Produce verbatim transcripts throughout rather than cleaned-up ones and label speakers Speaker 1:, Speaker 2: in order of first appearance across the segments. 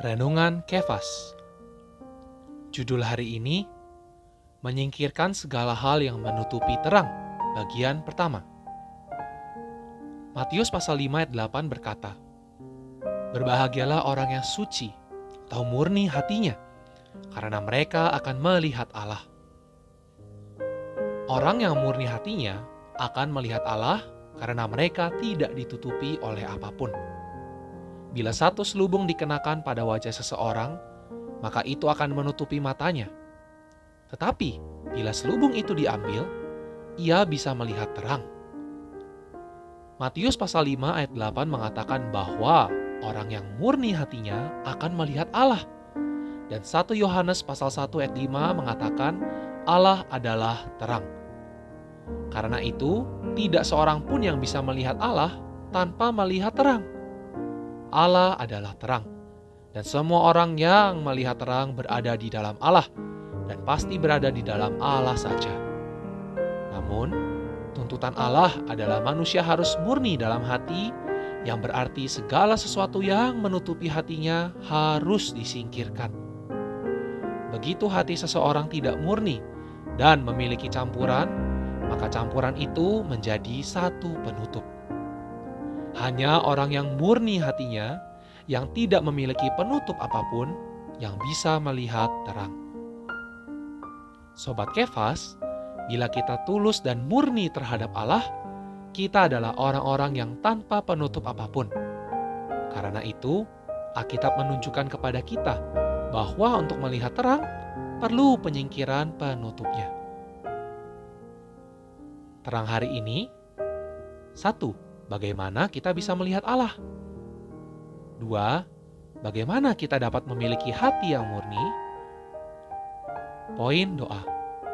Speaker 1: Renungan Kefas. Judul hari ini, menyingkirkan segala hal yang menutupi terang, bagian pertama. Matius pasal lima ayat delapan berkata, "Berbahagialah orang yang suci atau murni hatinya, karena mereka akan melihat Allah." Orang yang murni hatinya akan melihat Allah karena mereka tidak ditutupi oleh apapun. Bila satu selubung dikenakan pada wajah seseorang, maka itu akan menutupi matanya. Tetapi bila selubung itu diambil, ia bisa melihat terang. Matius pasal lima ayat delapan mengatakan bahwa orang yang murni hatinya akan melihat Allah. Dan satu Yohanes pasal satu ayat lima mengatakan Allah adalah terang. Karena itu, tidak seorang pun yang bisa melihat Allah tanpa melihat terang. Allah adalah terang, dan semua orang yang melihat terang berada di dalam Allah, dan pasti berada di dalam Allah saja. Namun, tuntutan Allah adalah manusia harus murni dalam hati, yang berarti segala sesuatu yang menutupi hatinya harus disingkirkan. Begitu hati seseorang tidak murni dan memiliki campuran, maka campuran itu menjadi satu penutup. Hanya orang yang murni hatinya, yang tidak memiliki penutup apapun, yang bisa melihat terang. Sobat Kefas, bila kita tulus dan murni terhadap Allah, kita adalah orang-orang yang tanpa penutup apapun. Karena itu, Alkitab menunjukkan kepada kita bahwa untuk melihat terang, perlu penyingkiran penutupnya. Terang hari ini, satu, bagaimana kita bisa melihat Allah? Dua, bagaimana kita dapat memiliki hati yang murni? Poin doa.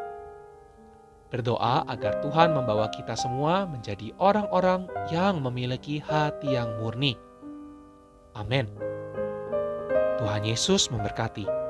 Speaker 1: Berdoa agar Tuhan membawa kita semua menjadi orang-orang yang memiliki hati yang murni. Amin. Tuhan Yesus memberkati.